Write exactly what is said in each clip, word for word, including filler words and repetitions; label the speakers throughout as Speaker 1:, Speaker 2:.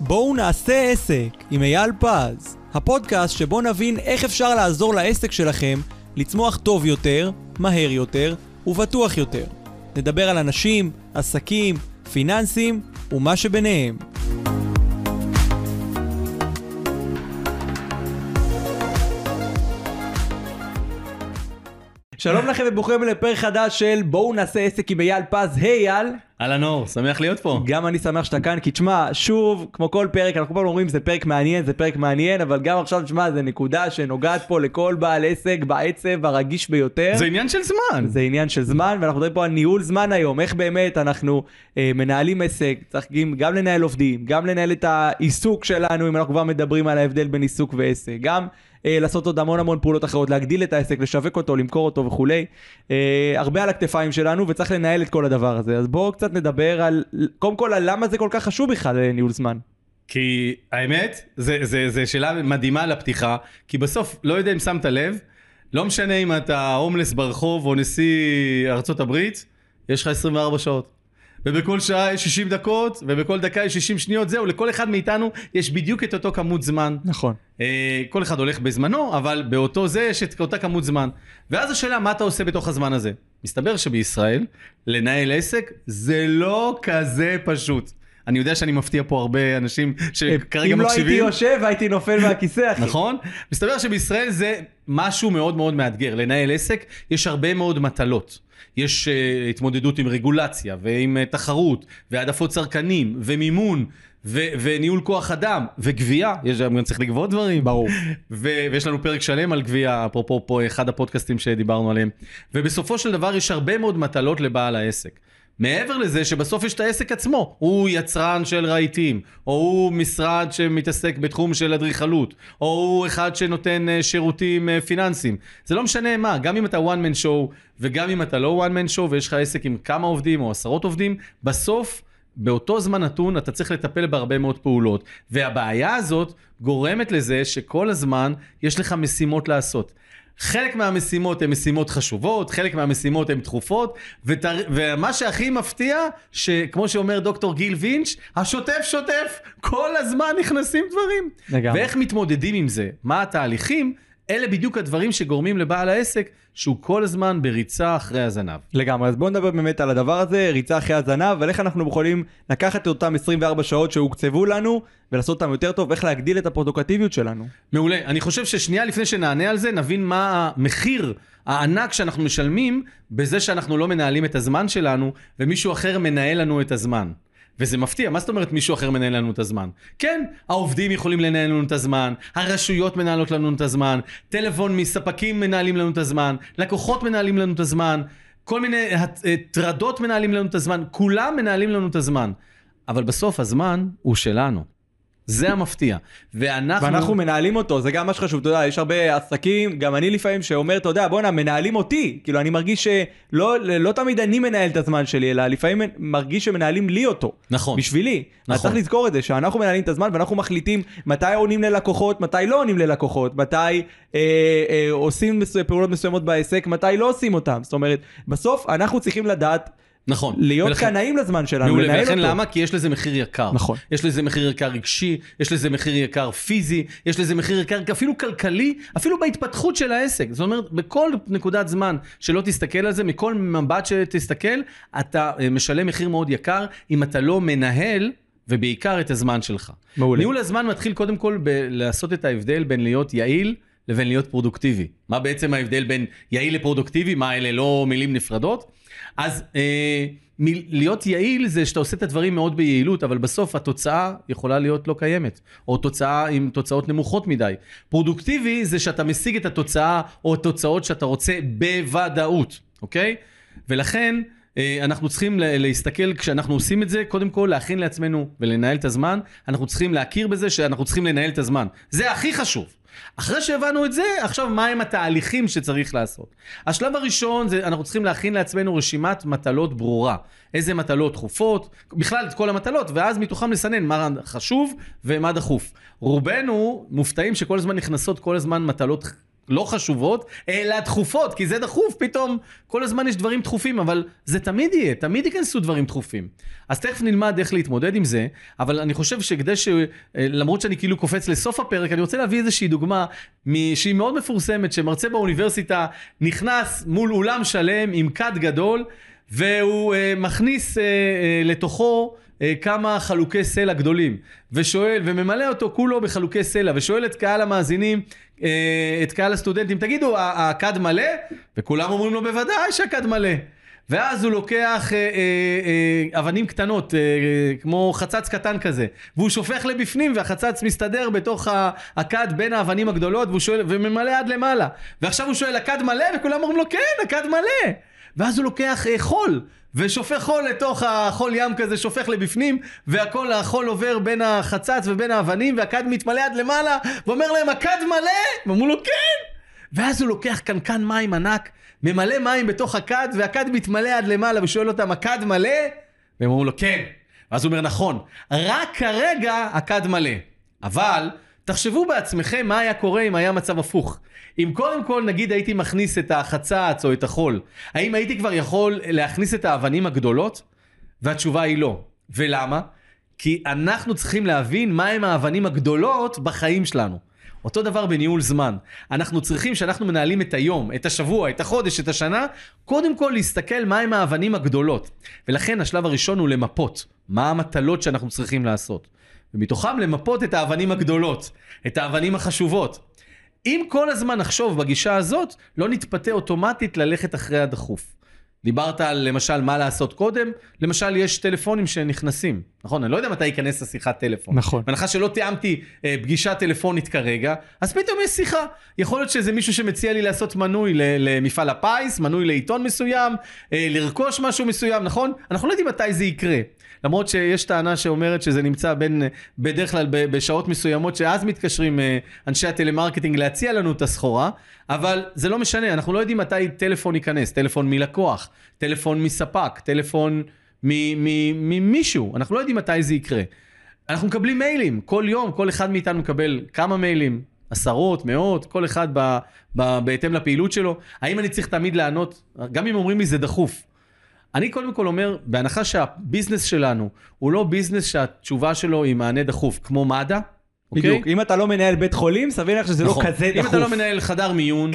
Speaker 1: בואו נעשה עסק עם אייל פז, הפודקאסט שבו נבין איך אפשר לעזור לעסק שלכם לצמוח טוב יותר, מהר יותר ובטוח יותר. נדבר על אנשים, עסקים, פיננסים ומה שביניהם. שלום לכם וברוכים לפרק חדש של בואו נעשה עסק עם אייל פז. היי אייל.
Speaker 2: אהלן אור, שמח להיות פה.
Speaker 1: גם אני שמח שאתה כאן, כי תשמע, שוב, כמו כל פרק, אנחנו פעם אומרים זה פרק מעניין, זה פרק מעניין, אבל גם עכשיו תשמע, זה נקודה שנוגעת פה לכל בעל עסק בעצב הרגיש ביותר.
Speaker 2: זה עניין של זמן.
Speaker 1: זה עניין של זמן, ואנחנו מדברים פה על ניהול זמן היום, איך באמת אנחנו אה, מנהלים עסק, צריכים גם לנהל עובדים, גם לנהל את העיסוק שלנו, אם אנחנו כבר מדברים על ההבדל בין עיסוק ועסק, גם אה, לעשות עוד המון המון פעולות אחרות, להגדיל את העסק, לשווק אותו, למכור אותו וכולי. אה, הרבה על הכתפיים שלנו, וצריך לנהל את כל הדבר הזה. אז בואו קצת נדבר על, קודם כל, על למה זה כל כך חשוב בכלל לניהול זמן.
Speaker 2: כי האמת, זה, זה, זה שאלה מדהימה לפתיחה, כי בסוף, לא יודע אם שמת לב, לא משנה אם אתה הומלס ברחוב או נשיא ארצות הברית, יש לך עשרים וארבע שעות. ובכל שעה יש שישים דקות, ובכל דקה יש שישים שניות, זהו, לכל אחד מאיתנו יש בדיוק את אותו כמות זמן.
Speaker 1: נכון.
Speaker 2: אה, כל אחד הולך בזמנו, אבל באותו זה יש את אותה כמות זמן. ואז השאלה, מה אתה עושה בתוך הזמן הזה? מסתבר שבישראל, לנהל עסק, זה לא כזה פשוט. אני יודע שאני מפתיע פה הרבה אנשים שכרגע
Speaker 1: אם
Speaker 2: מקשיבים.
Speaker 1: אם לא הייתי יושב, הייתי נופל מהכיסא, אחי.
Speaker 2: נכון? מסתבר שבישראל זה משהו מאוד מאוד מאתגר. לנהל עסק יש הרבה מאוד מטלות. יש uh, התמודדות עם רגולציה ועם uh, תחרות והעדפות צרכנים ומימון ו- וניהול כוח אדם וגבייה. יש גם צריך לגבות דברים.
Speaker 1: ברור.
Speaker 2: ו- ויש לנו פרק שלם על גבייה, אפרופו פה אחד הפודקאסטים שדיברנו עליהם. ובסופו של דבר יש הרבה מאוד מטלות לבעל העסק. מעבר לזה שבסוף יש את העסק עצמו, הוא יצרן של רהיטים, או הוא משרד שמתעסק בתחום של אדריכלות, או הוא אחד שנותן שירותים פיננסיים. זה לא משנה מה, גם אם אתה one man show, וגם אם אתה לא one man show, ויש לך עסק עם כמה עובדים או עשרות עובדים, בסוף, באותו זמן נתון, אתה צריך לטפל בהרבה מאוד פעולות. והבעיה הזאת גורמת לזה שכל הזמן יש לך משימות לעשות. חלק מהמשימות הן משימות חשובות, חלק מהמשימות הן דחופות, ותר... ומה שהכי מפתיע, שכמו שאומר דוקטור גיל וינץ', השוטף שוטף, כל הזמן נכנסים דברים. לגמרי. ואיך מתמודדים עם זה? מה התהליכים? אלה בדיוק הדברים שגורמים לבעל העסק, שהוא כל הזמן בריצה אחרי הזנב.
Speaker 1: לגמרי, אז בואו נדבר באמת על הדבר הזה, ריצה אחרי הזנב, ואיך אנחנו יכולים לקחת את אותם עשרים וארבע שעות שהוקצבו לנו, ולעשות אותם יותר טוב, ואיך להגדיל את הפרודוקטיביות שלנו.
Speaker 2: מעולה, אני חושב ששנייה לפני שנענה על זה, נבין מה המחיר הענק שאנחנו משלמים, בזה שאנחנו לא מנהלים את הזמן שלנו, ומישהו אחר מנהל לנו את הזמן. וזה מפתיע, מה זאת אומרת מישהו אחר מנהל לנו את הזמן? כן, העובדים יכולים לנהל לנו את הזמן, הרשויות מנהלות לנו את הזמן, טלפון מספקים מנהלים לנו את הזמן, לקוחות מנהלים לנו את הזמן, כל מיני טרדות מנהלים לנו את הזמן, כולם מנהלים לנו את הזמן. אבל בסוף הזמן הוא שלנו. זה המפתיע. ואנחנו...
Speaker 1: ואנחנו מנהלים אותו, זה גם מה שחשוב, אתה יודע, יש הרבה עסקים, גם אני לפעמים שאומר, אתה יודע, בוא'נה, מנהלים אותי, כאילו אני מרגיש שלא לא תמיד אני מנהל את הזמן שלי, אלא לפעמים מרגיש שמנהלים לי אותו.
Speaker 2: נכון.
Speaker 1: בשבילי.
Speaker 2: נכון.
Speaker 1: אז צריך לזכור את זה, שאנחנו מנהלים את הזמן, ואנחנו מחליטים מתי עונים ללקוחות, מתי לא עונים ללקוחות, מתי אה, אה, עושים פעולות מסוימות בעסק, מתי לא עושים אותם. זאת אומרת, בסוף אנחנו צריכים לדעת,
Speaker 2: נכון.
Speaker 1: להיות קנאים לזמן שלנו,
Speaker 2: מעולה,
Speaker 1: לנהל
Speaker 2: ולכן
Speaker 1: אותו.
Speaker 2: למה? כי יש לזה מחיר יקר.
Speaker 1: נכון.
Speaker 2: יש לזה מחיר יקר רגשי, יש לזה מחיר יקר פיזי, יש לזה מחיר יקר אפילו כלכלי, אפילו בהתפתחות של העסק. זאת אומרת, בכל נקודת זמן שלא תסתכל על זה, מכל מבט שתסתכל, אתה משלם מחיר מאוד יקר, אם אתה לא מנהל, ובעיקר את הזמן שלך.
Speaker 1: מעולה.
Speaker 2: ניהול הזמן מתחיל קודם כל ב- לעשות את ההבדל בין להיות יעיל, לבין להיות פרודוקטיבי. מה בעצם ההבדל בין יעיל לפרודוקטיבי? מה אלה לא מילים נפרדות? אז אה, מ- להיות יעיל זה שאתה עושה את הדברים מאוד ביעילות, אבל בסוף התוצאה יכולה להיות לא קיימת, או תוצאה עם תוצאות נמוכות מדי. פרודוקטיבי זה שאתה משיג את התוצאה, או התוצאות שאתה רוצה בוודאות, אוקיי? ולכן אה, אנחנו צריכים לה- להסתכל, כשאנחנו עושים את זה, קודם כל להכין לעצמנו ולנהל את הזמן, אנחנו צריכים להכיר בזה שאנחנו צריכים לנהל את הזמן. זה הכי חשוב. אחרי שהבנו את זה, עכשיו מה הם התהליכים שצריך לעשות? השלב הראשון זה אנחנו צריכים להכין לעצמנו רשימת מטלות ברורה. איזה מטלות דחופות, בכלל את כל המטלות, ואז מתוכם לסנן מה חשוב ומה דחוף. רובנו מופתעים שכל הזמן נכנסות כל הזמן מטלות לא חשובות, אלא דחופות, כי זה דחוף, פתאום כל הזמן יש דברים דחופים, אבל זה תמיד יהיה, תמיד ייכנסו דברים דחופים. אז תכף נלמד איך להתמודד עם זה, אבל אני חושב שכדי ש... למרות שאני כאילו קופץ לסוף הפרק, אני רוצה להביא איזושהי דוגמה, שהיא מאוד מפורסמת, שמרצה באוניברסיטה נכנס מול אולם שלם עם קד גדול, והוא uh, מכניס uh, uh, לתוכו uh, כמה חלוקי סלע גדולים, ושואל, וממלא אותו כולו בחלוקי סלע, ושואל את קהל המאזינים, uh, את קהל הסטודנטים, תגידו, הקד מלא? וכולם אומרים לו, בוודאי שהקד מלא. ואז הוא לוקח uh, uh, uh, אבנים קטנות, uh, uh, כמו חצץ קטן כזה, והוא שופך לבפנים, והחצץ מסתדר בתוך הקד בין האבנים הגדולות, והוא שואל, וממלא עד למעלה. ועכשיו הוא שואל, הקד מלא? וכולם אומרים לו, כן, הקד מלא. ואז הוא לוקח uh, חול, ושופך חול לתוך החול ים כזה, שופך לבפנים, והכל החול עובר בין החצץ ובין האבנים, והקד מתמלא עד למעלה, ואומר להם, הקד מלא? ואומרו לו, כן. ואז הוא לוקח קנקן מים ענק, ממלא מים בתוך הקד, והקד מתמלא עד למעלה, ושואל אותם, הקד מלא? והם אומרים לו, כן. ואז הוא אומר, נכון, רק כרגע הקד מלא. אבל תחשבו בעצמכם מה היה קורה אם היה מצב הפוך. אם קודם כל נגיד הייתי מכניס את החצץ או את החול, האם הייתי כבר יכול להכניס את האבנים הגדולות? והתשובה היא לא. ולמה? כי אנחנו צריכים להבין מהם האבנים הגדולות בחיים שלנו. אותו דבר בניהול זמן. אנחנו צריכים שאנחנו מנהלים את היום, את השבוע, את החודש, את השנה, קודם כל להסתכל מהם האבנים הגדולות. ולכן השלב הראשון הוא למפות. מה המטלות שאנחנו צריכים לעשות. ומתוכם למפות את האבנים הגדולות, את האבנים החשובות. אם כל הזמן נחשוב בגישה הזאת, לא נתפתה אוטומטית ללכת אחרי הדחוף. דיברת על למשל מה לעשות קודם, למשל יש טלפונים שנכנסים, נכון? אני לא יודע מתי ייכנס לשיחת טלפון.
Speaker 1: נכון.
Speaker 2: בהנחה שלא תיאמתי אה, פגישה טלפונית כרגע, אז פתאום יש שיחה. יכול להיות שזה מישהו שמציע לי לעשות מנוי למפעל הפיס, מנוי לעיתון מסוים, אה, לרכוש משהו מסוים, נכון? אנחנו לא יודעים מתי זה יקרה. למרות שיש טענה שאומרת שזה נמצא בין, בדרך כלל בשעות מסוימות, שאז מתקשרים אנשי הטלמרקטינג להציע לנו את הסחורה, אבל זה לא משנה, אנחנו לא יודעים מתי טלפון ייכנס, טלפון מלקוח, טלפון מספק, טלפון ממישהו, אנחנו לא יודעים מתי זה יקרה. אנחנו מקבלים מיילים, כל יום, כל אחד מאיתנו מקבל כמה מיילים, עשרות, מאות, כל אחד ב, ב, בהתאם לפעילות שלו. האם אני צריך תמיד לענות, גם אם אומרים לי זה דחוף, אני קודם כל אומר, בהנחה שהביזנס שלנו הוא לא ביזנס שהתשובה שלו היא מענה דחוף, כמו מד"א,
Speaker 1: בדיוק, אם אתה לא מנהל בית חולים, סביר לך שזה לא כזה דחוף.
Speaker 2: אם אתה לא מנהל חדר מיון,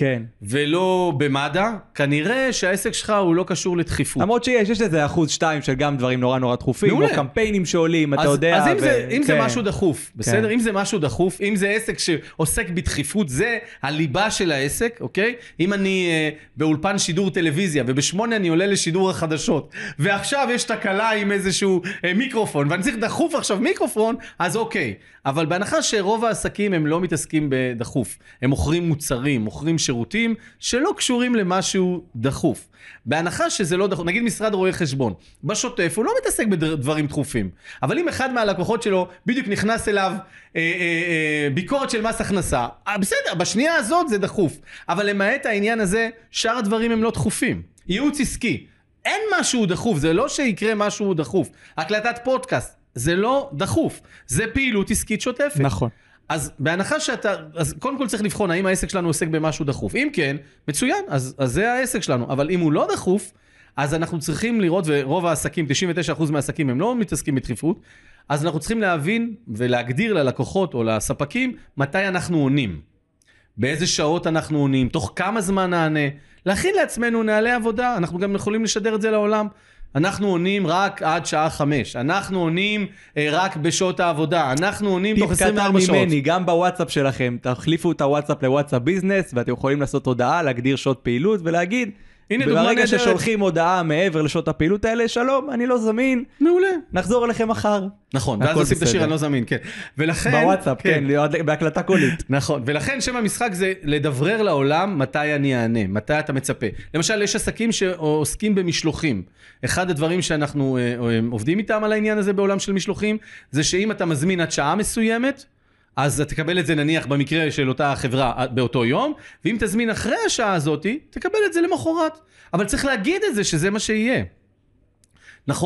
Speaker 2: ולא במד"א, כנראה שהעסק שלך הוא לא קשור לדחיפות.
Speaker 1: למרות שיש, יש איזה אחוז שתיים של גם דברים נורא נורא דחופים, או קמפיינים שעולים, אתה יודע.
Speaker 2: אז אם זה משהו דחוף, בסדר? אם זה משהו דחוף, אם זה עסק שעוסק בדחיפות, זה הליבה של העסק, אוקיי? אם אני באולפן שידור טלוויזיה, ובשמונה אני עולה לשידור החדשות, ועכשיו יש תקלה עם איזשהו מיקרופון, ואני צריך דחוף עכשיו מיקרופון, אז אוקיי. אבל בהנחה שרוב העסקים הם לא מתעסקים בדחוף. הם מוכרים מוצרים, מוכרים שירותים שלא קשורים למשהו דחוף. בהנחה שזה לא דחוף, נגיד משרד רואי חשבון, בשוטף הוא לא מתעסק בדברים דחופים. אבל אם אחד מהלקוחות שלו בדיוק נכנס אליו אה, אה, אה, ביקורת של מס הכנסה, אה, בסדר, בשנייה הזאת זה דחוף. אבל למעט העניין הזה, שאר הדברים הם לא דחופים. ייעוץ עסקי. אין משהו דחוף, זה לא שיקרה משהו דחוף. הקלטת פודקאסט. זה לא דחוף, זה פעילות עסקית שוטפת.
Speaker 1: נכון.
Speaker 2: אז בהנחה שאתה, אז קודם כל צריך לבחון האם העסק שלנו עוסק במשהו דחוף. אם כן, מצוין, אז, אז זה העסק שלנו. אבל אם הוא לא דחוף, אז אנחנו צריכים לראות, ורוב העסקים, תשעים ותשעה אחוז מהעסקים הם לא מתעסקים בדחיפות, אז אנחנו צריכים להבין ולהגדיר ללקוחות או לספקים מתי אנחנו עונים. באיזה שעות אנחנו עונים, תוך כמה זמן נענה. להכין לעצמנו נעלי עבודה, אנחנו גם יכולים לשדר את זה לעולם. אנחנו עונים רק עד שעה חמש, אנחנו עונים אה, רק בשעות העבודה, אנחנו עונים תוך עשרים וארבע שעות.
Speaker 1: ממני, גם בוואטסאפ שלכם, תחליפו את הוואטסאפ לוואטסאפ ביזנס, ואתם יכולים לעשות הודעה, להגדיר שעות פעילות ולהגיד, ברגע ששולחים הודעה מעבר לשעות הפעילות האלה, שלום, אני לא זמין.
Speaker 2: מעולה.
Speaker 1: נחזור אליכם מחר.
Speaker 2: נכון, ואז עושים את השיר, אני לא זמין, כן. ולכן...
Speaker 1: בוואטסאפ, כן, בהקלטה קולית.
Speaker 2: נכון, ולכן שם המשחק זה לדברר לעולם מתי אני אענה, מתי אתה מצפה. למשל, יש עסקים שעוסקים במשלוחים. אחד הדברים שאנחנו עובדים איתם על העניין הזה בעולם של משלוחים, זה שאם אתה מזמין עד שעה מסוימת, אז תקבל את זה נניח במקרה של אותה חברה באותו יום, ואם תזמין אחרי השעה הזאת, תקבל את זה למחרת. אבל צריך להגיד את זה שזה מה שיהיה. נכון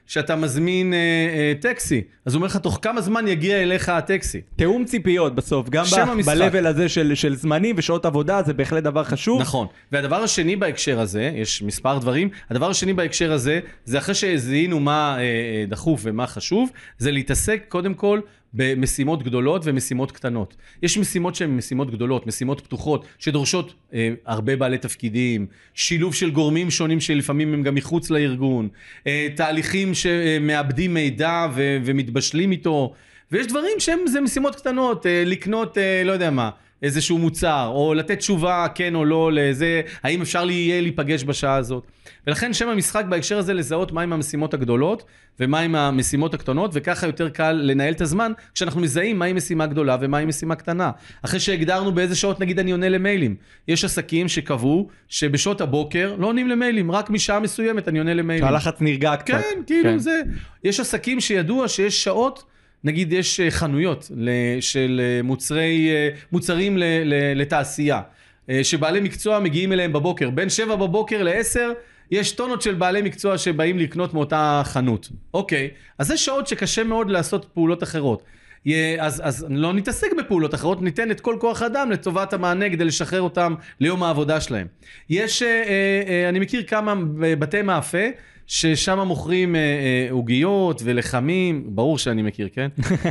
Speaker 2: שאתה מזמין אה, אה, טקסי, אז הוא אומר לך, תוך כמה זמן יגיע אליך הטקסי.
Speaker 1: תאום ציפיות בסוף, גם ב-level הזה של, של זמנים ושעות עבודה, זה בהחלט דבר חשוב.
Speaker 2: נכון, והדבר השני בהקשר הזה, יש מספר דברים, הדבר השני בהקשר הזה, זה אחרי שהזינו מה אה, אה, דחוף ומה חשוב, זה להתעסק קודם כל, במשימות גדולות ומשימות קטנות. יש משימות שהן משימות גדולות, משימות פתוחות, שדורשות אה, הרבה בעלי תפקידים, שילוב של גורמים שונים שלפעמים הם גם מחוץ לארגון, אה, תהליכים שמאבדים מידע ו- ומתבשלים איתו, ויש דברים שהם זה משימות קטנות, אה, לקנות, אה, לא יודע מה, איזשהו מוצר, או לתת תשובה כן או לא לזה, האם אפשר יהיה להיפגש בשעה הזאת. ולכן שם המשחק בהקשר הזה לזהות מהם המשימות הגדולות, ומהם המשימות הקטנות, וככה יותר קל לנהל את הזמן, כשאנחנו מזהים מהי משימה גדולה ומהי משימה קטנה. אחרי שהגדרנו באיזה שעות נגיד אני עונה למיילים. יש עסקים שקבעו שבשעות הבוקר לא עונים למיילים, רק משעה מסוימת אני עונה למיילים.
Speaker 1: שהלחץ נרגע קצת.
Speaker 2: כן, כאילו כן. זה. יש עסקים שידוע שיש שעות, נגיד יש חנויות של מוצרי, מוצרים לתעשייה, שבעלי מקצוע מגיעים אליהם בבוקר, בין שבע בבוקר לעשר, יש טונות של בעלי מקצוע שבאים לקנות מאותה חנות. אוקיי, אז זה שעות שקשה מאוד לעשות פעולות אחרות. אז, אז לא נתעסק בפעולות אחרות, ניתן את כל כוח אדם לטובת המענה כדי לשחרר אותם ליום העבודה שלהם. יש, אני מכיר כמה בתי מאפה, ששם מוכרים עוגיות ולחמים, ברור שאני מכיר, כן?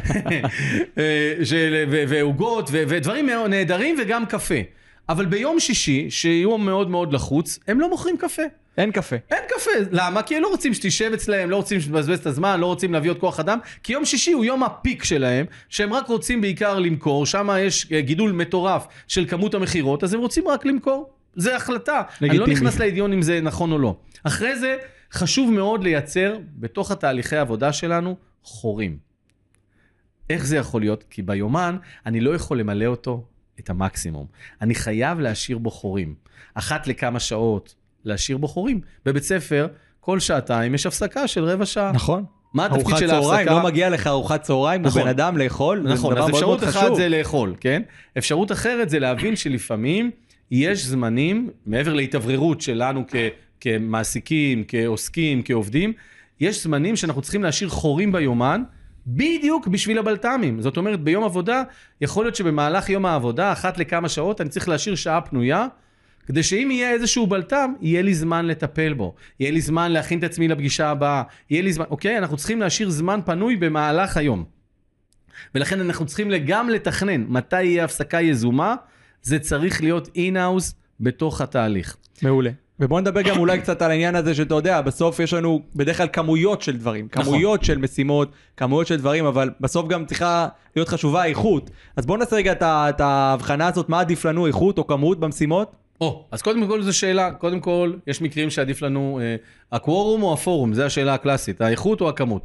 Speaker 2: ועוגות ודברים נהדרים וגם קפה. אבל ביום שישי, שיום מאוד מאוד לחוץ, הם לא מוכרים קפה.
Speaker 1: אין קפה.
Speaker 2: אין קפה. למה? כי הם לא רוצים שתישב אצלהם, לא רוצים שתבזבז את הזמן, לא רוצים להביא עוד כוח אדם, כי יום שישי הוא יום הפיק שלהם, שהם רק רוצים בעיקר למכור, שם יש גידול מטורף של כמות המחירות, אז הם רוצים רק למכור. זה החלטה. לגיטימי. אני לא נכנס לעדיון אם זה נכון או לא. אחרי זה, חשוב מאוד לייצר בתוך התהליכי העבודה שלנו חורים. איך זה יכול להיות? כי ביומן אני לא יכול למלא אותו את המקסימום. אני חייב להשאיר בו חורים. אחת לכמה שעות להשאיר בו חורים. בבית ספר, כל שעתיים יש הפסקה של רבע שעה.
Speaker 1: נכון.
Speaker 2: מה התפקיד של ההפסקה?
Speaker 1: צהריים, לא מגיע לך ארוחת צהריים, נכון. הוא בן אדם לאכול.
Speaker 2: נכון, אז אפשרות אחת זה לאכול, כן? אפשרות אחרת זה להבין שלפעמים יש זמנים, מעבר להתאווררות שלנו כ... כמעסיקים, כעוסקים, כעובדים, יש זמנים שאנחנו צריכים להשאיר חורים ביומן, בדיוק בשביל הבלת"מים. זאת אומרת, ביום עבודה, יכול להיות שבמהלך יום העבודה, אחת לכמה שעות, אני צריך להשאיר שעה פנויה, כדי שאם יהיה איזשהו בלת"ם, יהיה לי זמן לטפל בו. יהיה לי זמן להכין את עצמי לפגישה הבאה. יהיה לי זמן, אוקיי? אנחנו צריכים להשאיר זמן פנוי במהלך היום. ולכן אנחנו צריכים גם לתכנן מתי יהיה הפסקה יזומה, זה צריך להיות אין-האוס בתוך התהליך.
Speaker 1: מעולה. ובואו נדבר גם אולי קצת על העניין הזה שאתה יודע, בסוף יש לנו בדרך כלל כמויות של דברים, כמויות של משימות, כמויות של דברים, אבל בסוף גם צריכה להיות חשובה איכות. אז בואו נעשה רגע את ההבחנה הזאת, מה עדיף לנו, איכות או כמות במשימות?
Speaker 2: או, אז קודם כל זו שאלה, קודם כל יש מקרים שעדיף לנו הקוורום או הפורום, זו השאלה הקלאסית, האיכות או הכמות.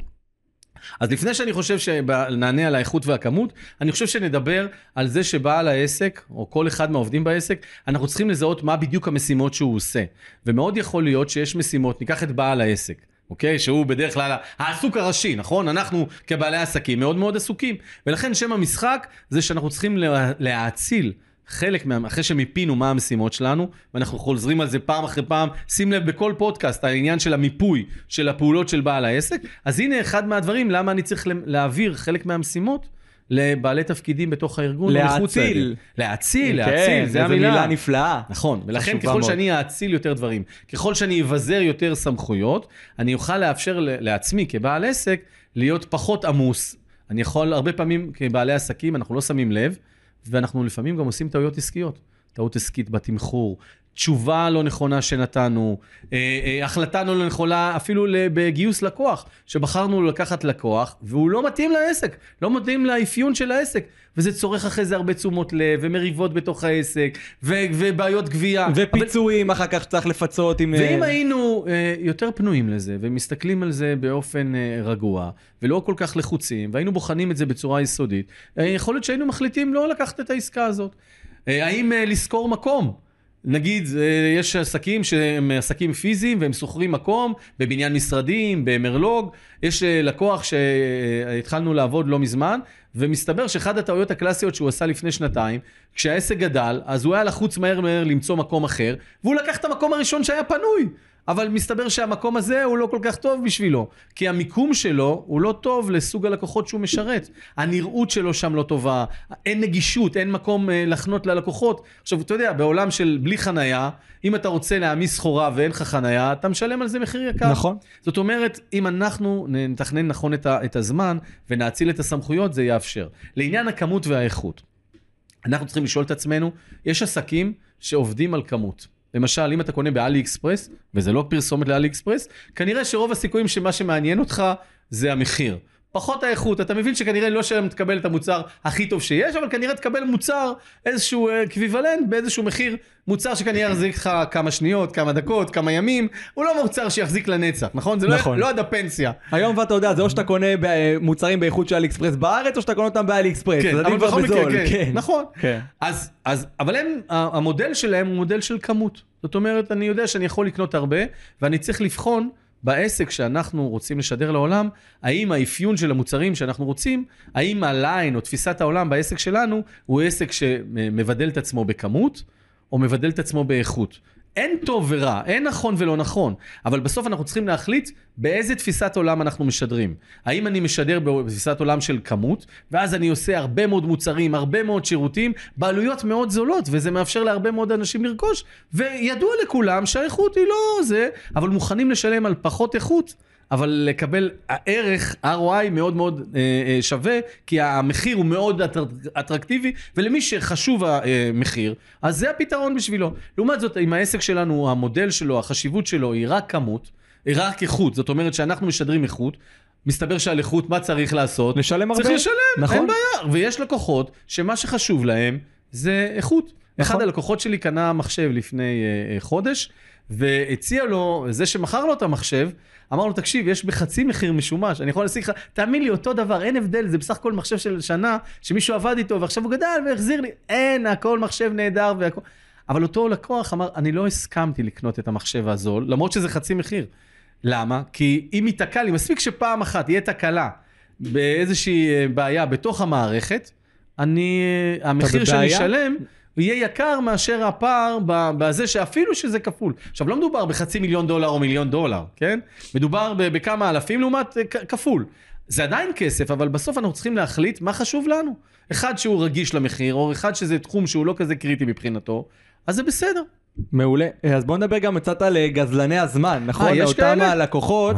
Speaker 2: אז לפני שאני חושב שנענה על האיכות והכמות, אני חושב שנדבר על זה שבעל העסק, או כל אחד מהעובדים בעסק, אנחנו צריכים לזהות מה בדיוק המשימות שהוא עושה. ומאוד יכול להיות שיש משימות, ניקח את בעל העסק, אוקיי? שהוא בדרך כלל העסוק הראשי, נכון? אנחנו כבעלי עסקים מאוד מאוד עסוקים. ולכן שם המשחק זה שאנחנו צריכים להאציל חלק מה... אחרי שמיפינו מה המשימות שלנו, ואנחנו חוזרים על זה פעם אחרי פעם, שים לב בכל פודקאסט, העניין של המיפוי של הפעולות של בעל העסק, אז הנה אחד מהדברים, למה אני צריך להעביר חלק מהמשימות לבעלי תפקידים בתוך הארגון.
Speaker 1: להציל.
Speaker 2: להציל, להציל, זה המילה.
Speaker 1: זו מילה נפלאה.
Speaker 2: נכון, ולכן ככל שאני אציל יותר דברים, ככל שאני אבזר יותר סמכויות, אני אוכל לאפשר לעצמי כבעל עסק, להיות פחות עמוס. אני יכול, הרבה פעמים כבעלי עסקים, אנחנו לא שמים לב, ואנחנו לפעמים גם עושים טעויות עסקיות. טעות עסקית בתמחור, תשובה לא נכונה שנתנו, אה, אה, החלטה לא נכונה אפילו בגיוס לקוח, שבחרנו לקחת לקוח, והוא לא מתאים לעסק, לא מתאים לאפיון של העסק, וזה צורך אחרי זה הרבה תשומות לב, ומריבות בתוך העסק, ו- ובעיות גבייה.
Speaker 1: ופיצויים אבל... אחר כך צריך לפצות עם...
Speaker 2: ואם היינו אה, יותר פנויים לזה, ומסתכלים על זה באופן אה, רגוע, ולא כל כך לחוצים, והיינו בוחנים את זה בצורה יסודית, אה, יכול להיות שהיינו מחליטים לא לקחת את העסקה הזאת. אה, האם אה, לזכור מקום? נגיד, יש עסקים שהם עסקים פיזיים, והם סוחרים מקום, בבניין משרדים, במרלוג. יש לקוח שהתחלנו לעבוד לא מזמן, ומסתבר שאחד הטעויות הקלאסיות שהוא עשה לפני שנתיים, כשהעסק גדל, אז הוא היה לחוץ מהר מהר למצוא מקום אחר, והוא לקח את המקום הראשון שהיה פנוי. אבל מסתבר שהמקום הזה הוא לא כל כך טוב בשבילו, כי המיקום שלו הוא לא טוב לסוג הלקוחות שהוא משרת. הנראות שלו שם לא טובה, אין נגישות, אין מקום לחנות ללקוחות. עכשיו, אתה יודע, בעולם של בלי חנייה, אם אתה רוצה להעמיס סחורה ואין לך חנייה, אתה משלם על זה מחיר יקר.
Speaker 1: נכון.
Speaker 2: זאת אומרת, אם אנחנו נתכנן נכון את, ה- את הזמן ונאציל את הסמכויות, זה יאפשר. לעניין הכמות והאיכות, אנחנו צריכים לשאול את עצמנו, יש עסקים שעובדים על כמות. למשל, אם אתה קונה באלי אקספרס, וזה לא פרסומת לאלי אקספרס, כנראה שרוב הסיכויים שמה שמעניין אותך זה המחיר. פחות האיכות, אתה מבין שכנראה לא שם תקבל את המוצר הכי טוב שיש, אבל כנראה תקבל מוצר, איזשהו אקוויוולנט, באיזשהו מחיר, מוצר שכנראה יחזיק לך כמה שניות, כמה דקות, כמה ימים, הוא לא מוצר שיחזיק לנצח, נכון? זה
Speaker 1: נכון.
Speaker 2: לא, לא עד הפנסיה.
Speaker 1: היום ואתה יודע, זה או שאתה קונה מוצרים באיכות של אלי אקספרס בארץ, או שאתה קונה אותם באלי אקספרס.
Speaker 2: כן, אבל בכל מקרה, כן,
Speaker 1: כן.
Speaker 2: נכון.
Speaker 1: כן.
Speaker 2: אז, אז, אבל הם, המודל שלהם הוא מודל של כמות. זאת אומרת, אני יודע שאני יכול לקנות הרבה, ואני צריך לבחון בעסק שאנחנו רוצים לשדר לעולם, האם האפיון של המוצרים שאנחנו רוצים, האם הליין או תפיסת העולם בעסק שלנו, הוא עסק שמבדל את עצמו בכמות, או מבדל את עצמו באיכות. אין טוב ורע, אין נכון ולא נכון, אבל בסוף אנחנו צריכים להחליט באיזה תפיסת עולם אנחנו משדרים. האם אני משדר בתפיסת עולם של כמות, ואז אני עושה הרבה מאוד מוצרים, הרבה מאוד שירותים, בעלויות מאוד זולות, וזה מאפשר להרבה מאוד אנשים לרכוש, וידוע לכולם שהאיכות היא לא זה, אבל מוכנים לשלם על פחות איכות, אבל לקבל הערך, אר או איי מאוד מאוד אה, אה, שווה, כי המחיר הוא מאוד אטרקטיבי, ולמי שחשוב המחיר, אז זה הפתרון בשבילו. לעומת זאת, אם העסק שלנו, המודל שלו, החשיבות שלו היא רק כמות, היא רק איכות, זאת אומרת שאנחנו משדרים איכות, מסתבר שעל איכות מה צריך לעשות?
Speaker 1: לשלם הרבה.
Speaker 2: צריך לשלם,
Speaker 1: נכון.
Speaker 2: אין בעיה. ויש לקוחות שמה שחשוב להם זה איכות.
Speaker 1: נכון.
Speaker 2: אחד הלקוחות שלי קנה מחשב לפני אה, חודש, והציע לו, זה שמכר לו את המחשב, אמר לו, תקשיב, יש בחצי מחיר משומש, אני יכול להשיג לך, תאמין לי, אותו דבר, אין הבדל, זה בסך הכל מחשב של שנה, שמישהו עבד איתו, ועכשיו הוא גדל והחזיר לי, אין, הכל מחשב נהדר, והכל... אבל אותו לקוח אמר, אני לא הסכמתי לקנות את המחשב הזול, למרות שזה חצי מחיר. למה? כי אם היא תקלה, מספיק שפעם אחת יהיה תקלה, באיזושהי בעיה בתוך המערכת, אני, המחיר שאני אשלם, יהיה יקר מאשר הפער בזה שאפילו שזה כפול. עכשיו, לא מדובר בחצי מיליון דולר או מיליון דולר, כן? מדובר בכמה אלפים לעומת כפול. זה עדיין כסף, אבל בסוף אנחנו צריכים להחליט מה חשוב לנו. אחד שהוא רגיש למחיר, או אחד שזה תחום שהוא לא כזה קריטי מבחינתו, אז זה בסדר.
Speaker 1: מעולה. אז בואו נדבר גם קצת על גזלני הזמן, נכון?
Speaker 2: יש
Speaker 1: אותם
Speaker 2: כאלה?
Speaker 1: הלקוחות,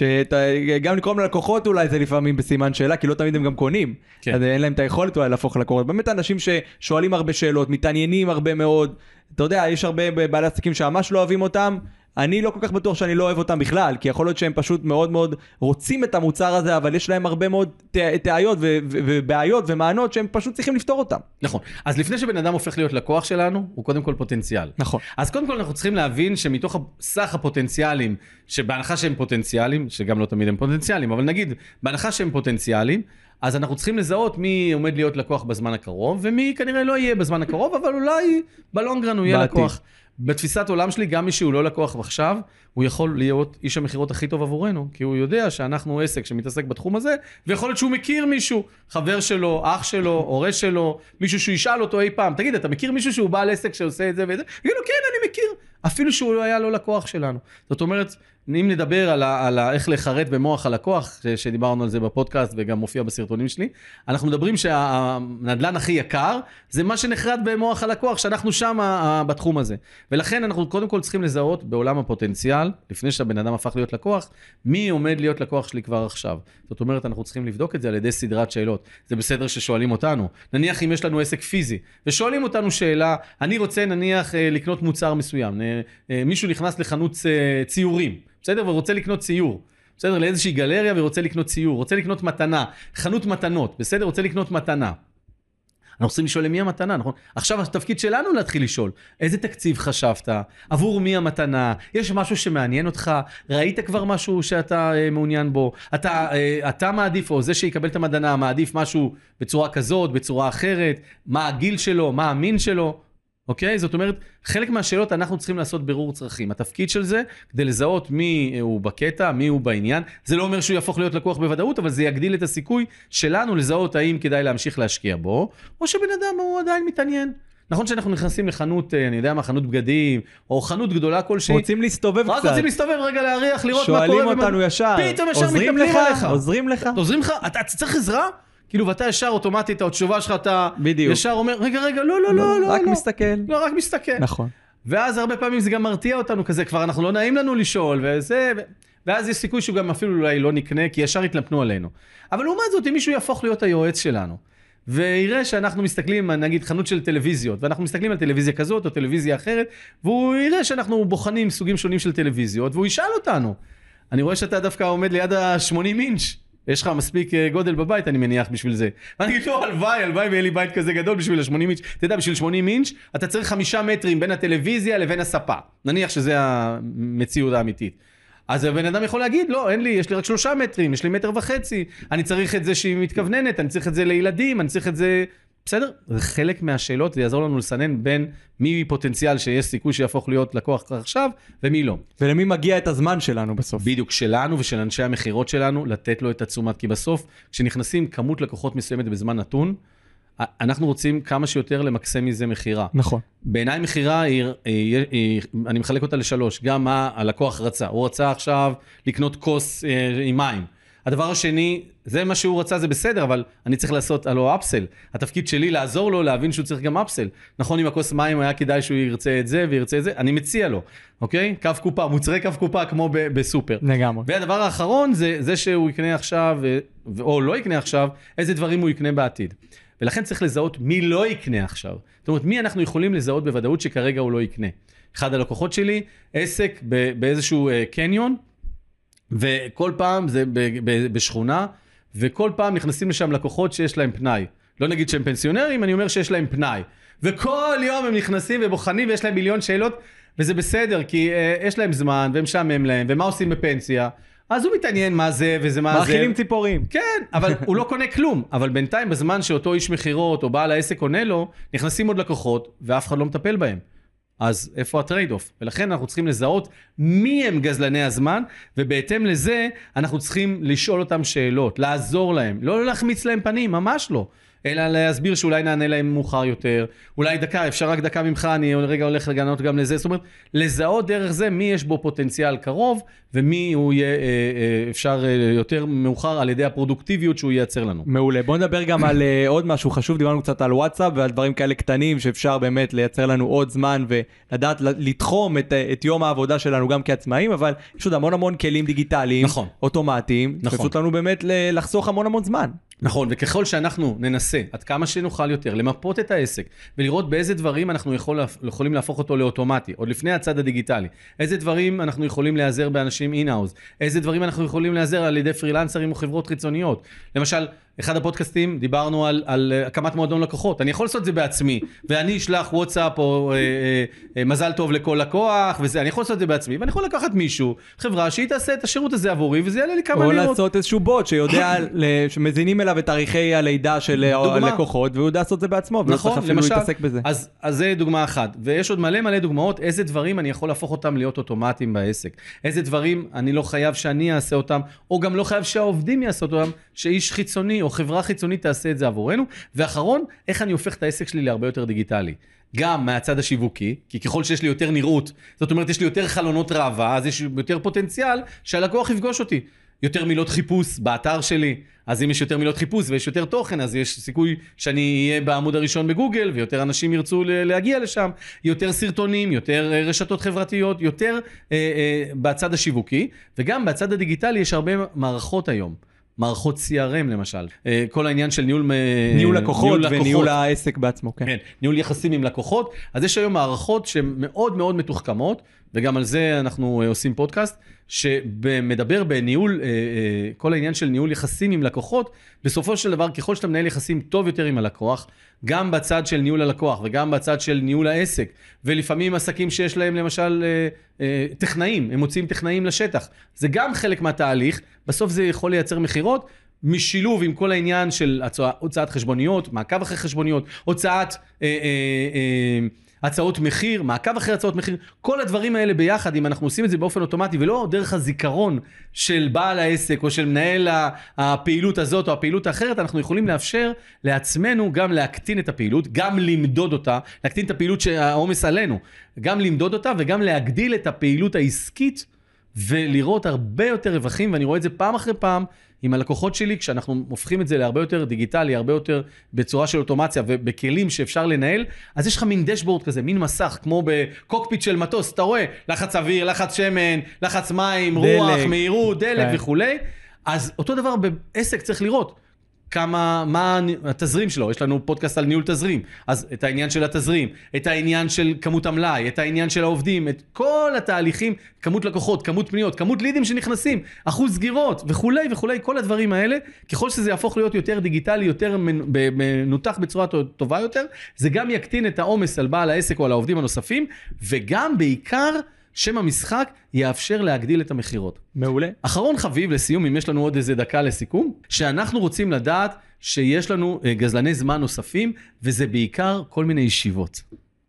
Speaker 1: שגם לקרוא ללקוחות אולי זה לפעמים בסימן שאלה, כי לא תמיד הם גם קונים.
Speaker 2: כן.
Speaker 1: אז אין להם את היכולת אולי להפוך לקוחות. באמת אנשים ששואלים הרבה שאלות, מתעניינים הרבה מאוד. אתה יודע, יש הרבה בעלי עסקים שממש לא אוהבים אותם. אני לא כל כך בטוח שאני לא אוהב אותם בכלל, כי יכול להיות שהם פשוט מאוד מאוד רוצים את המוצר הזה, אבל יש להם הרבה מאוד טעויות ובעיות ומענות שהם פשוט צריכים לפתור אותם.
Speaker 2: נכון. אז לפני שבן אדם הופך להיות לקוח שלנו, הוא קודם כל פוטנציאל.
Speaker 1: נכון.
Speaker 2: אז קודם כל אנחנו צריכים להבין שמתוך סך הפוטנציאלים, שבהנחה שהם פוטנציאלים, שגם לא תמיד הם פוטנציאלים, אבל נגיד, בהנחה שהם פוטנציאלים, אז אנחנו צריכים לזהות מי עומד להיות לקוח בזמן הקרוב, ומי כנראה לא יהיה בזמן הקרוב, אבל אולי בלונגרן הוא יהיה לקוח. בתפיסת עולם שלי, גם מי שהוא לא לקוח עכשיו, הוא יכול להיות איש המחירות הכי טוב עבורנו, כי הוא יודע שאנחנו עסק שמתעסק בתחום הזה, ויכול להיות שהוא מכיר מישהו, חבר שלו, אח שלו, הורה שלו, מישהו שהוא ישאל אותו אי פעם, תגיד, אתה מכיר מישהו שהוא בעל עסק שעושה את זה ואת זה? יגיד לו, כן, אני מכיר, אפילו שהוא לא היה לא לקוח שלנו. זאת אומרת, אם נדבר על, ה, על ה, איך לחרט במוח הלקוח, ש, שדיברנו על זה בפודקאסט וגם מופיע בסרטונים שלי, אנחנו מדברים שהנדלן הכי יקר, זה מה שנחרט במוח הלקוח, שאנחנו שם ה, בתחום הזה. ולכן אנחנו קודם כל צריכים לזהות בעולם הפוטנציאל, לפני שהבן אדם הפך להיות לקוח, מי עומד להיות לקוח שלי כבר עכשיו. זאת אומרת, אנחנו צריכים לבדוק את זה על ידי סדרת שאלות. זה בסדר ששואלים אותנו. נניח אם יש לנו עסק פיזי, ושואלים אותנו שאלה, אני רוצה נניח לקנות מוצר מסוים. מישהו נכנס לחנות ציורים. בסדר? ורוצה לקנות ציור. בסדר? לאיזושהי גלריה ורוצה לקנות ציור. רוצה לקנות מתנה. חנות מתנות. בסדר? רוצה לקנות מתנה. אנחנו צריכים לשאול למי המתנה, נכון? עכשיו התפקיד שלנו להתחיל לשאול. איזה תקציב חשבת? עבור מי המתנה? יש משהו שמעניין אותך? ראית כבר משהו שאתה אה, מעוניין בו? אתה, אה, אתה מעדיף, או זה שיקבל את המתנה, מעדיף משהו בצורה כזאת, בצורה אחרת? מה הגיל שלו? מה המין שלו? אוקיי? זאת אומרת, חלק מהשאלות אנחנו צריכים לעשות בירור צרכים. התפקיד של זה, כדי לזהות מי הוא בקטע, מי הוא בעניין. זה לא אומר שהוא יהפוך להיות לקוח בוודאות, אבל זה יגדיל את הסיכוי שלנו לזהות האם כדאי להמשיך להשקיע בו, או שבן אדם הוא עדיין מתעניין. נכון שאנחנו נכנסים לחנות, אני יודע מה, חנות בגדים, או חנות גדולה כלשהי.
Speaker 1: רוצים להסתובב קצת.
Speaker 2: רק רוצים להסתובב רגע להריח, לראות מה קורה.
Speaker 1: שואלים אותנו ישר.
Speaker 2: פתאום ישר מתנפלים עליך.
Speaker 1: עוזרים לך.
Speaker 2: עוזרים לך? אתה צריך עזרה? כאילו, ואתה ישר אוטומטית, התשובה שלך, אתה ישר אומר, רגע, רגע, לא, לא, לא, לא.
Speaker 1: רק מסתכל.
Speaker 2: לא, רק מסתכל.
Speaker 1: נכון.
Speaker 2: ואז הרבה פעמים זה גם מרתיע אותנו כזה, כבר אנחנו לא נעים לנו לשאול, וזה, ואז יש סיכוי שהוא גם אפילו אולי לא נקנה, כי ישר יתלפנו עלינו. אבל לעומת זאת, אם מישהו יהפוך להיות היועץ שלנו, ויראה שאנחנו מסתכלים, נגיד חנות של טלוויזיות, ואנחנו מסתכלים על טלוויזיה כזאת או טלוויזיה אחרת, והוא יראה שאנחנו בוחנים סוגים שונים של טלוויזיות, והוא ישאל אותנו. אני רואה שאתה דווקא עומד ליד ה-שמונים אינץ', יש לך מספיק גודל בבית, אני מניח, בשביל זה. ואני אגיד לו, הלוואי, הלוואי, ויהיה לי בית כזה גדול בשביל ה-שמונים אינץ'. אתה יודע, בשביל שמונים אינץ', אתה צריך חמישה מטרים בין הטלוויזיה לבין הספה. נניח שזה המציאות האמיתית. אז הבן אדם יכול להגיד, לא, אין לי, יש לי רק שלושה מטרים, יש לי מטר וחצי, אני צריך את זה שהיא מתכווננת, אני צריך את זה לילדים, אני צריך את זה... בסדר? זה חלק מהשאלות, זה יעזור לנו לסנן בין מי פוטנציאל שיש סיכוי שיהפוך להיות לקוח כבר עכשיו, ומי לא.
Speaker 1: ולמי מגיע את הזמן שלנו בסוף.
Speaker 2: בדיוק, שלנו ושל אנשי המחירות שלנו, לתת לו את התשומת, כי בסוף, כשנכנסים כמות לקוחות מסוימת בזמן נתון, אנחנו רוצים כמה שיותר למקסם מזה מחירה.
Speaker 1: נכון.
Speaker 2: בעיניי מחירה, היא, היא, היא, אני מחלק אותה לשלוש, גם מה הלקוח רצה. הוא רצה עכשיו לקנות כוס אה, עם מים. הדבר השני, זה מה שהוא רצה, זה בסדר, אבל אני צריך לעשות עלו אפסל. התפקיד שלי לעזור לו, להבין שהוא צריך גם אפסל. נכון, אם הכוס מים היה כדאי שהוא ירצה את זה וירצה את זה, אני מציע לו, אוקיי? קו קופה, מוצרי קו קופה כמו ב- בסופר.
Speaker 1: לגמרי.
Speaker 2: והדבר האחרון זה, זה שהוא יקנה עכשיו, או לא יקנה עכשיו, איזה דברים הוא יקנה בעתיד. ולכן צריך לזהות מי לא יקנה עכשיו. זאת אומרת, מי אנחנו יכולים לזהות בוודאות שכרגע הוא לא יקנה. אחד הלקוחות שלי, עסק באיזשהו קניון, וכל פעם זה בשכונה, וכל פעם נכנסים לשם לקוחות שיש להם פנאי. לא נגיד שהם פנסיונרים, אני אומר שיש להם פנאי. וכל יום הם נכנסים ובוחנים ויש להם מיליון שאלות, וזה בסדר, כי uh, יש להם זמן והם משעמם להם, ומה עושים בפנסיה, אז הוא מתעניין מה זה וזה מה זה.
Speaker 1: מאכילים ציפורים.
Speaker 2: כן, אבל הוא לא קונה כלום. אבל בינתיים בזמן שאותו איש מחירות או בעל העסק עונה לו, נכנסים עוד לקוחות ואף אחד לא מטפל בהם. אז איפה הטרייד אוף? ולכן אנחנו צריכים לזהות מי הם גזלני הזמן, ובהתאם לזה אנחנו צריכים לשאול אותם שאלות, לעזור להם, לא להחמיץ להם פנים, ממש לא. אלא להסביר שאולי נענה להם מאוחר יותר, אולי דקה, אפשר רק דקה ממך, אני רגע הולך לגנות גם לזה, זאת אומרת, לזהות דרך זה מי יש בו פוטנציאל קרוב, ומי הוא יהיה אפשר יותר מאוחר על ידי הפרודוקטיביות שהוא ייצר לנו.
Speaker 1: מעולה, בוא נדבר גם על עוד משהו חשוב, דיברנו קצת על וואטסאפ ועל דברים כאלה קטנים שאפשר באמת לייצר לנו עוד זמן ולדעת לתחום את, את יום העבודה שלנו גם כעצמאים, אבל יש עוד המון המון כלים דיגיטליים,
Speaker 2: נכון.
Speaker 1: אוטומטיים,
Speaker 2: נכון.
Speaker 1: שפשוט לנו באמת לחסוך המון המון זמן.
Speaker 2: נכון, וככל שאנחנו ננסה עד כמה שנוכל יותר למפות את העסק ולראות באיזה דברים אנחנו יכול, יכולים להפוך אותו לאוטומטי, עוד לפני הצד הדיגיטלי, איזה דברים אנחנו יכולים להיעזר באנשים אין-האוז, איזה דברים אנחנו יכולים להיעזר על ידי פרילנסרים או חברות חיצוניות. למשל, אחד הפודקאסטים דיברנו על, על הקמת מועדון לקוחות, אני יכול לעשות את זה בעצמי, ואני אשלח וואטסאפ או אה, אה, מזל טוב לכל לקוח, וזה, אני יכול לעשות את זה בעצמי, ואני יכול לקחת מישהו, חברה שהיא תעשה את השירות הזה עבורי, וזה יעלה לי כמה
Speaker 1: או
Speaker 2: לירות.
Speaker 1: או לעשות איזשהו בוט שיודע, שמזינים אליו את תאריכי הלידה של הלקוחות, והוא יודע לעשות את זה בעצמו,
Speaker 2: נכון,
Speaker 1: אפילו
Speaker 2: למשל,
Speaker 1: להתעסק בזה.
Speaker 2: אז, אז זה דוגמה אחת, ויש עוד מלא מלא דוגמאות, איזה דברים אני יכול להפוך אותם להיות אוטומטיים בעסק, איזה דברים אני לא חייב שאני אעשה אותם, או גם לא חייב שהעובדים יעשו אותם, שאיש חיצוני או חברה חיצונית תעשה את זה עבורנו, ואחרון, איך אני הופך את העסק שלי להרבה יותר דיגיטלי. גם מהצד השיווקי, כי ככל שיש לי יותר נראות, זאת אומרת, יש לי יותר חלונות ראווה, אז יש יותר פוטנציאל שהלקוח יפגוש אותי. יותר מילות חיפוש באתר שלי, אז אם יש יותר מילות חיפוש ויש יותר תוכן, אז יש סיכוי שאני אהיה בעמוד הראשון בגוגל, ויותר אנשים ירצו להגיע לשם, יותר סרטונים, יותר רשתות חברתיות, יותר אה, אה, בצד השיווקי, וגם בצד הדיגיטלי יש הרבה מערכות היום. מערכות סי אר אם למשל, כל העניין של ניהול,
Speaker 1: ניהול לקוחות וניהול העסק בעצמו, כן.
Speaker 2: כן, ניהול יחסים עם לקוחות, אז יש היום מערכות שמאוד מאוד מתוחכמות, וגם על זה אנחנו עושים פודקאסט, שמדבר בניהול, כל העניין של ניהול יחסים עם לקוחות, בסופו של דבר, ככל שאתה מנהל יחסים טוב יותר עם הלקוח, גם בצד של ניהול הלקוח, וגם בצד של ניהול העסק, ולפעמים עסקים שיש להם למשל טכנאים, הם מוצאים טכנאים לשטח, זה גם חלק מהתהליך, בסוף זה יכול לייצר מחירות, משילוב עם כל העניין של הוצאת חשבוניות, מעקב אחרי חשבוניות, הוצאת אה, אה, אה, הצעות מחיר, מעקב אחרי הצעות מחיר, כל הדברים האלה ביחד, אם אנחנו עושים את זה באופן אוטומטי, ולא דרך הזיכרון של בעל העסק, או של מנהל הפעילות הזאת, או הפעילות האחרת, אנחנו יכולים לאפשר לעצמנו גם להקטין את הפעילות, גם למדוד אותה, להקטין את הפעילות שהעומס עלינו, גם למדוד אותה, וגם להגדיל את הפעילות העסקית, ולראות הרבה יותר רווחים, ואני רואה את זה פעם אחרי פעם, עם הלקוחות שלי, כשאנחנו הופכים את זה להרבה יותר דיגיטלי, הרבה יותר בצורה של אוטומציה, ובכלים שאפשר לנהל, אז יש לך מין דשבורד כזה, מין מסך, כמו בקוקפיט של מטוס, אתה רואה, לחץ אוויר, לחץ שמן, לחץ מים, רוח, מהירות, דלק וכולי, אז אותו דבר בעסק צריך לראות, כמה, מה התזרים שלו, יש לנו פודקאסט על ניהול תזרים, אז את העניין של התזרים, את העניין של כמות המלאי, את העניין של העובדים, את כל התהליכים, כמות לקוחות, כמות פניות, כמות לידים שנכנסים, אחוז סגירות וכולי וכולי, כל הדברים האלה, ככל שזה יהפוך להיות יותר דיגיטלי, יותר מנותח בצורה טובה יותר, זה גם יקטין את העומס על בעל העסק או על העובדים הנוספים, וגם בעיקר שם המשחק יאפשר להגדיל את המחירות.
Speaker 1: מעולה.
Speaker 2: אחרון חביב לסיום, אם יש לנו עוד איזה דקה לסיכום, שאנחנו רוצים לדעת שיש לנו גזלני זמן נוספים, וזה בעיקר כל מיני ישיבות.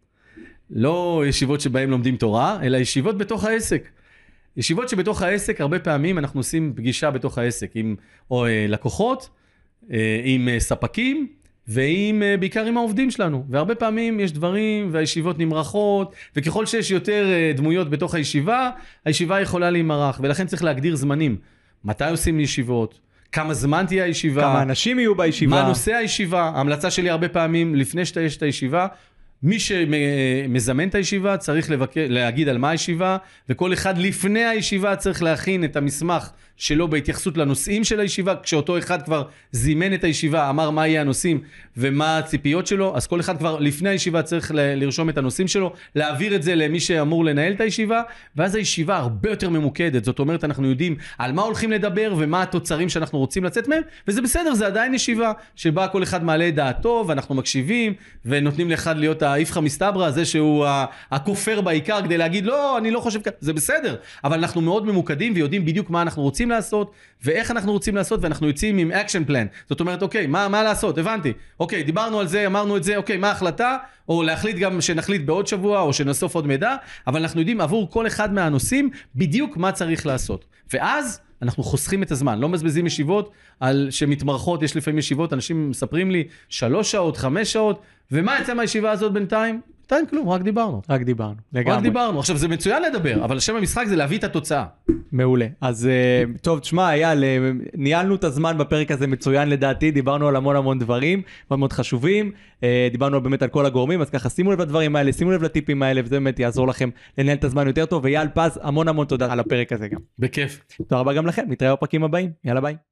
Speaker 2: לא ישיבות שבהם לומדים תורה, אלא ישיבות בתוך העסק. ישיבות שבתוך העסק, הרבה פעמים אנחנו עושים פגישה בתוך העסק, עם או, לקוחות, עם ספקים, ועם, בעיקר עם העובדים שלנו. והרבה פעמים יש דברים והישיבות נמרחות, וככל שיש יותר דמויות בתוך הישיבה, הישיבה יכולה להימרח, ולכן צריך להגדיר זמנים. מתי עושים ישיבות? כמה זמן תהיה הישיבה?
Speaker 1: כמה אנשים יהיו בישיבה?
Speaker 2: מה נושא הישיבה? ההמלצה שלי הרבה פעמים, לפני שאתה יש את הישיבה, מי שמזמן את הישיבה צריך לבקר, להגיד על מה הישיבה, וכל אחד לפני הישיבה צריך להכין את המסמך שלו בהתייחסות לנושאים של הישיבה, כשאותו אחד כבר זימן את הישיבה, אמר מה יהיה הנושאים ומה הציפיות שלו, אז כל אחד כבר לפני הישיבה צריך לרשום את הנושאים שלו, להעביר את זה למי שאמור לנהל את הישיבה, ואז הישיבה הרבה יותר ממוקדת, זאת אומרת אנחנו יודעים על מה הולכים לדבר ומה התוצרים שאנחנו רוצים לצאת מהם, וזה בסדר, זה עדיין ישיבה שבה כל אחד מעלה את דעתו ואנחנו מקשיבים ונותנים לאחד להיות האיפכא מסתברא, זה שהוא הכופר בעיקר כדי להגיד לא, אני לא חושב ככה, זה בסדר, אבל אנחנו מאוד ממוקדים ויודעים בדיוק מה אנחנו רוצים לעשות ואיך אנחנו רוצים לעשות, ואנחנו יוצאים עם אקשן פלן. זאת אומרת, אוקיי, מה, מה לעשות? הבנתי. אוקיי, דיברנו על זה, אמרנו את זה, אוקיי, מה ההחלטה? או להחליט גם שנחליט בעוד שבוע או שנאסוף עוד מידע, אבל אנחנו יודעים עבור כל אחד מהנושאים בדיוק מה צריך לעשות. ואז אנחנו חוסכים את הזמן, לא מבזבזים ישיבות על שמתמרחות, יש לפעמים ישיבות, אנשים מספרים לי שלוש שעות, חמש שעות, ומה יצא מהישיבה הזאת בינתיים? בינתיים כלום, רק דיברנו.
Speaker 1: רק דיברנו, לגמרי.
Speaker 2: רק דיברנו. עכשיו זה מצוין לדבר, אבל שם המשחק זה להביא את התוצאה.
Speaker 1: מעולה. אז טוב, תשמע, אייל, ניהלנו את הזמן בפרק הזה מצוין לדעתי, דיברנו על המון המון דברים, מאוד מאוד חשובים, דיברנו באמת על כל הגורמים, אז ככה שימו לב לדברים האלה, שימו לב לטיפים האלה, וזה באמת יעזור לכם לנהל את הזמן יותר טוב, ואייל פז, המון המון תודה על הפרק הזה גם.
Speaker 2: בכיף.
Speaker 1: תודה רבה גם לכם, נתראה בפרקים הבאים, יאללה ביי.